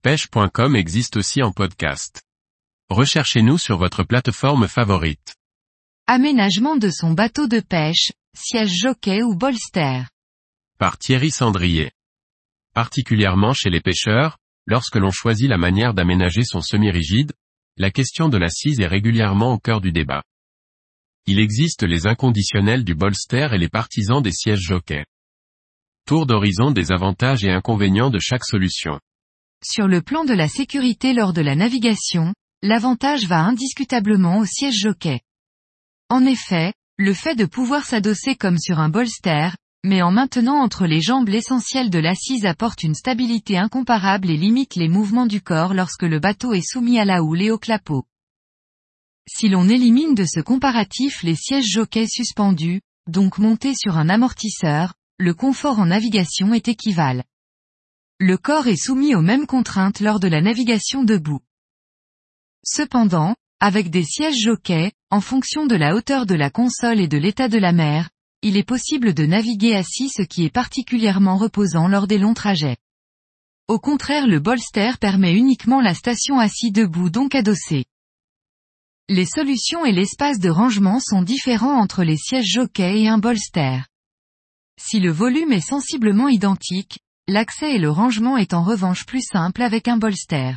pêche.com existe aussi en podcast. Recherchez-nous sur votre plateforme favorite. Aménagement de son bateau de pêche, siège jockey ou bolster. Par Thierry Sandrier. Particulièrement chez les pêcheurs, lorsque l'on choisit la manière d'aménager son semi-rigide, la question de l'assise est régulièrement au cœur du débat. Il existe les inconditionnels du bolster et les partisans des sièges jockey. Tour d'horizon des avantages et inconvénients de chaque solution. Sur le plan de la sécurité lors de la navigation, l'avantage va indiscutablement au siège jockey. En effet, le fait de pouvoir s'adosser comme sur un bolster, mais en maintenant entre les jambes l'essentiel de l'assise apporte une stabilité incomparable et limite les mouvements du corps lorsque le bateau est soumis à la houle et au clapot. Si l'on élimine de ce comparatif les sièges jockey suspendus, donc montés sur un amortisseur, le confort en navigation est équivalent. Le corps est soumis aux mêmes contraintes lors de la navigation debout. Cependant, avec des sièges jockey, en fonction de la hauteur de la console et de l'état de la mer, il est possible de naviguer assis, ce qui est particulièrement reposant lors des longs trajets. Au contraire, le bolster permet uniquement la station assis debout, donc adossé. Les solutions et l'espace de rangement sont différents entre les sièges jockey et un bolster. Si le volume est sensiblement identique, l'accès et le rangement est en revanche plus simple avec un bolster.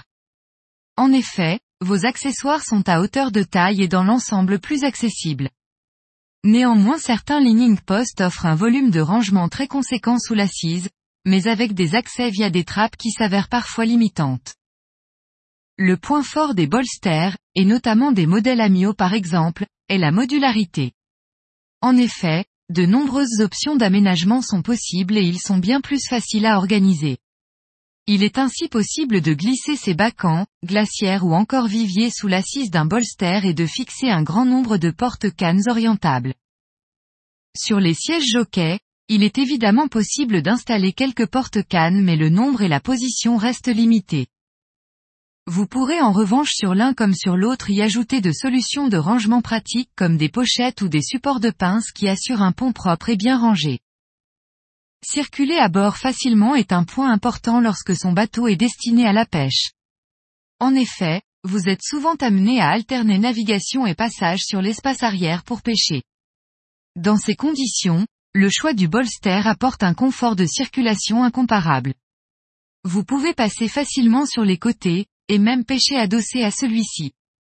En effet, vos accessoires sont à hauteur de taille et dans l'ensemble plus accessibles. Néanmoins, certains leaning posts offrent un volume de rangement très conséquent sous l'assise, mais avec des accès via des trappes qui s'avèrent parfois limitantes. Le point fort des bolsters, et notamment des modèles Amio par exemple, est la modularité. En effet, de nombreuses options d'aménagement sont possibles et ils sont bien plus faciles à organiser. Il est ainsi possible de glisser ses bacans, glacières ou encore viviers sous l'assise d'un bolster et de fixer un grand nombre de porte-cannes orientables. Sur les sièges jockey, il est évidemment possible d'installer quelques porte-cannes, mais le nombre et la position restent limités. Vous pourrez en revanche sur l'un comme sur l'autre y ajouter de solutions de rangement pratiques comme des pochettes ou des supports de pince qui assurent un pont propre et bien rangé. Circuler à bord facilement est un point important lorsque son bateau est destiné à la pêche. En effet, vous êtes souvent amené à alterner navigation et passage sur l'espace arrière pour pêcher. Dans ces conditions, le choix du bolster apporte un confort de circulation incomparable. Vous pouvez passer facilement sur les côtés, et même pêcher adossé à celui-ci.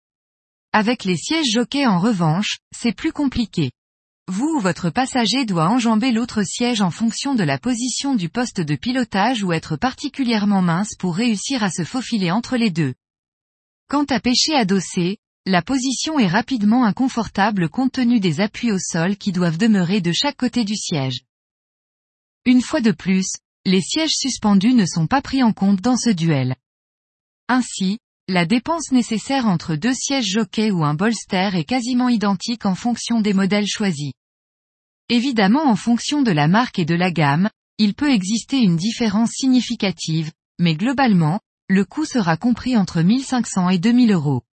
Avec les sièges jockey en revanche, c'est plus compliqué. Vous ou votre passager doit enjamber l'autre siège en fonction de la position du poste de pilotage ou être particulièrement mince pour réussir à se faufiler entre les deux. Quant à pêcher adossé, la position est rapidement inconfortable compte tenu des appuis au sol qui doivent demeurer de chaque côté du siège. Une fois de plus, les sièges suspendus ne sont pas pris en compte dans ce duel. Ainsi, la dépense nécessaire entre deux sièges jockey ou un bolster est quasiment identique en fonction des modèles choisis. Évidemment, en fonction de la marque et de la gamme, il peut exister une différence significative, mais globalement, le coût sera compris entre 1 500 et 2 000 €.